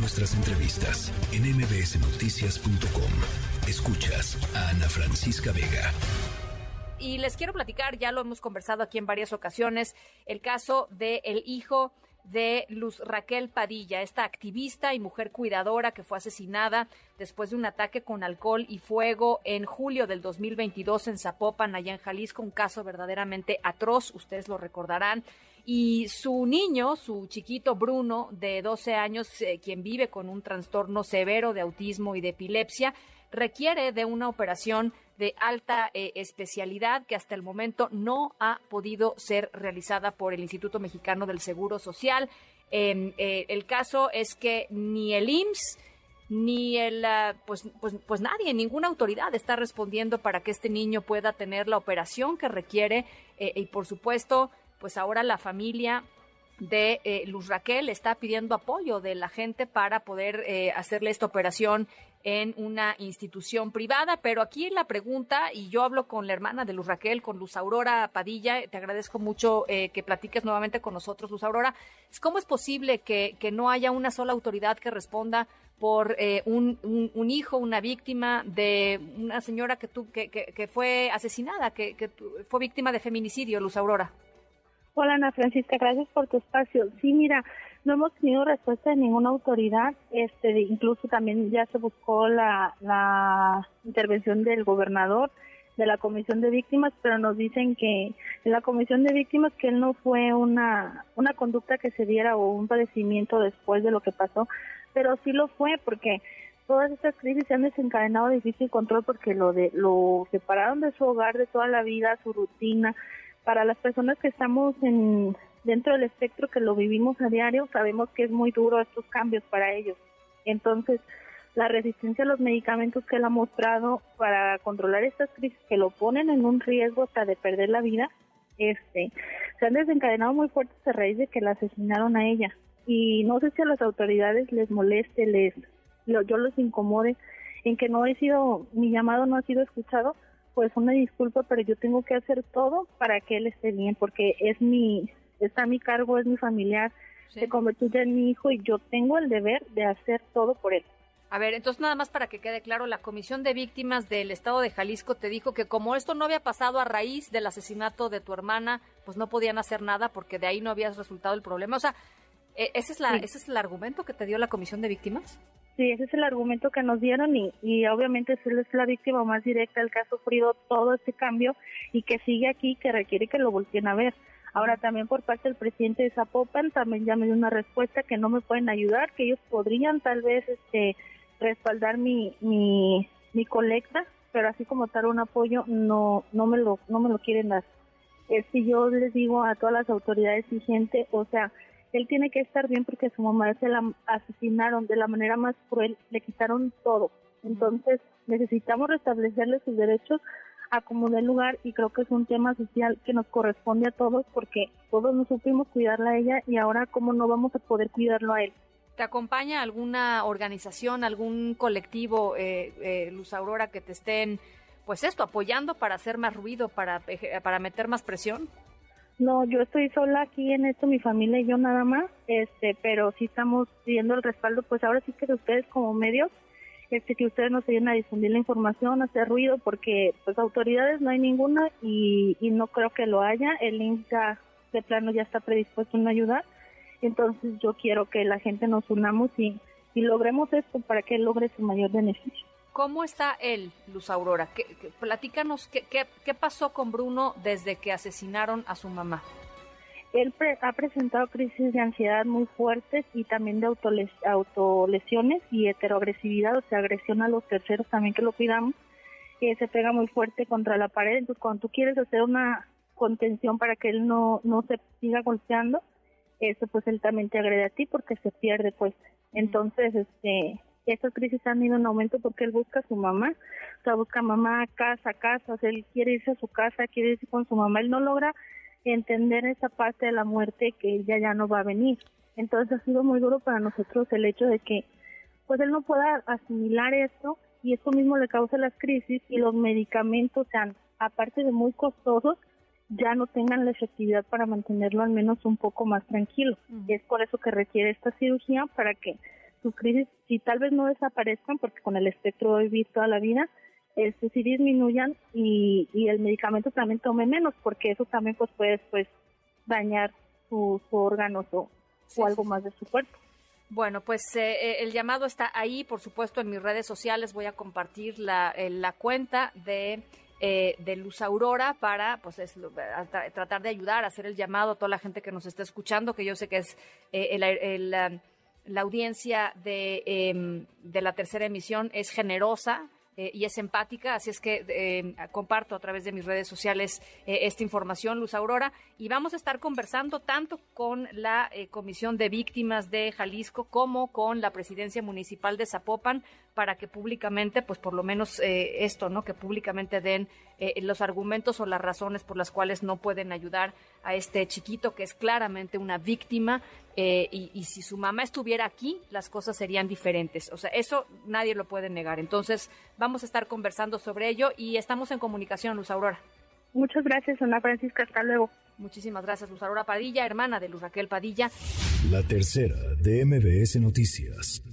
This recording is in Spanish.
nuestras entrevistas en mbsnoticias.com. Escuchas a Ana Francisca Vega. Y les quiero platicar, ya lo hemos conversado aquí en varias ocasiones, el caso del hijo de Luz Raquel Padilla, esta activista y mujer cuidadora que fue asesinada después de un ataque con alcohol y fuego en julio del 2022 en Zapopan, allá en Jalisco, un caso verdaderamente atroz, ustedes lo recordarán. Y su niño, su chiquito Bruno, de 12 años, quien vive con un trastorno severo de autismo y de epilepsia, requiere de una operación de alta especialidad que hasta el momento no ha podido ser realizada por el Instituto Mexicano del Seguro Social. El caso es que ni el IMSS ni pues nadie, ninguna autoridad está respondiendo para que este niño pueda tener la operación que requiere y por supuesto, pues ahora la familia de Luz Raquel está pidiendo apoyo de la gente para poder hacerle esta operación en una institución privada, pero aquí la pregunta, y yo hablo con la hermana de Luz Raquel, con Luz Aurora Padilla, te agradezco mucho que platiques nuevamente con nosotros, Luz Aurora, es cómo es posible que no haya una sola autoridad que responda por un hijo, una víctima de una señora que fue asesinada, que fue víctima de feminicidio, Luz Aurora. Hola Ana Francisca, gracias por tu espacio. Sí, mira, no hemos tenido respuesta de ninguna autoridad, incluso también ya se buscó la intervención del gobernador, de la Comisión de Víctimas, pero nos dicen que en la Comisión de Víctimas que él no fue una conducta que se diera o un padecimiento después de lo que pasó, pero sí lo fue porque todas estas crisis se han desencadenado de difícil control porque lo separaron de su hogar, de toda la vida, su rutina. Para las personas que estamos dentro del espectro, que lo vivimos a diario, sabemos que es muy duro estos cambios para ellos. Entonces, la resistencia a los medicamentos que él ha mostrado para controlar estas crisis que lo ponen en un riesgo hasta de perder la vida, se han desencadenado muy fuertes a raíz de que la asesinaron a ella. Y no sé si a las autoridades les moleste, yo los incomode en que mi llamado no ha sido escuchado. Pues una disculpa, pero yo tengo que hacer todo para que él esté bien, porque está a mi cargo, es mi familiar, sí. Se convirtió ya en mi hijo y yo tengo el deber de hacer todo por él. A ver, entonces nada más para que quede claro, la Comisión de Víctimas del Estado de Jalisco te dijo que como esto no había pasado a raíz del asesinato de tu hermana, pues no podían hacer nada porque de ahí no había resultado el problema. O sea, ¿ese es el argumento que te dio la Comisión de Víctimas? Sí, ese es el argumento que nos dieron y obviamente él es la víctima más directa, el que ha sufrido todo este cambio y que sigue aquí, que requiere que lo volteen a ver. Ahora también por parte del presidente de Zapopan también ya me dio una respuesta que no me pueden ayudar, que ellos podrían tal vez respaldar mi colecta, pero así como tal un apoyo no me lo quieren dar. Si yo les digo a todas las autoridades y gente, o sea, él tiene que estar bien porque su mamá se la asesinaron de la manera más cruel, le quitaron todo. Entonces necesitamos restablecerle sus derechos a como dé lugar y creo que es un tema social que nos corresponde a todos porque todos nos supimos cuidarla a ella y ahora cómo no vamos a poder cuidarlo a él. ¿Te acompaña alguna organización, algún colectivo, Luz Aurora, que te estén, pues apoyando para hacer más ruido, para meter más presión? No, yo estoy sola aquí en esto, mi familia y yo nada más, pero sí estamos pidiendo el respaldo, pues ahora sí que de ustedes como medios, que ustedes nos ayuden a difundir la información, a hacer ruido, porque pues autoridades no hay ninguna y no creo que lo haya, el INCA de plano ya está predispuesto a ayudar, entonces yo quiero que la gente nos unamos y logremos esto para que él logre su mayor beneficio. ¿Cómo está él, Luz Aurora? Platícanos, ¿qué pasó con Bruno desde que asesinaron a su mamá? Él ha presentado crisis de ansiedad muy fuertes y también de autolesiones y heteroagresividad, o sea, agresión a los terceros también que lo cuidamos, que se pega muy fuerte contra la pared. Entonces, cuando tú quieres hacer una contención para que él no se siga golpeando, pues él también te agrede a ti porque se pierde, pues. Entonces, estas crisis han ido en aumento porque él busca a su mamá, o sea, busca mamá, casa, o sea, él quiere irse a su casa, quiere irse con su mamá, él no logra entender esa parte de la muerte que ella ya no va a venir. Entonces ha sido muy duro para nosotros el hecho de que pues él no pueda asimilar esto y esto mismo le causa las crisis y los medicamentos, sean aparte de muy costosos, ya no tengan la efectividad para mantenerlo al menos un poco más tranquilo. Es por eso que requiere esta cirugía para que sus crisis, si tal vez no desaparezcan, porque con el espectro he visto toda la vida, si disminuyan y el medicamento también tome menos, porque eso también pues puede dañar sus órganos o algo más de su cuerpo. Bueno, pues el llamado está ahí, por supuesto, en mis redes sociales. Voy a compartir la cuenta de Luz Aurora para tratar de ayudar a hacer el llamado a toda la gente que nos está escuchando, que yo sé que es la audiencia de la tercera emisión es generosa y es empática, así es que comparto a través de mis redes sociales esta información, Luz Aurora, y vamos a estar conversando tanto con la Comisión de Víctimas de Jalisco como con la Presidencia Municipal de Zapopan para que públicamente, pues por lo menos esto, ¿no? Que públicamente den los argumentos o las razones por las cuales no pueden ayudar a este chiquito que es claramente una víctima y si su mamá estuviera aquí, las cosas serían diferentes. O sea, eso nadie lo puede negar. Entonces, vamos a estar conversando sobre ello y estamos en comunicación, Luz Aurora. Muchas gracias, Ana Francisca. Hasta luego. Muchísimas gracias, Luz Aurora Padilla, hermana de Luz Raquel Padilla. La tercera de MBS Noticias.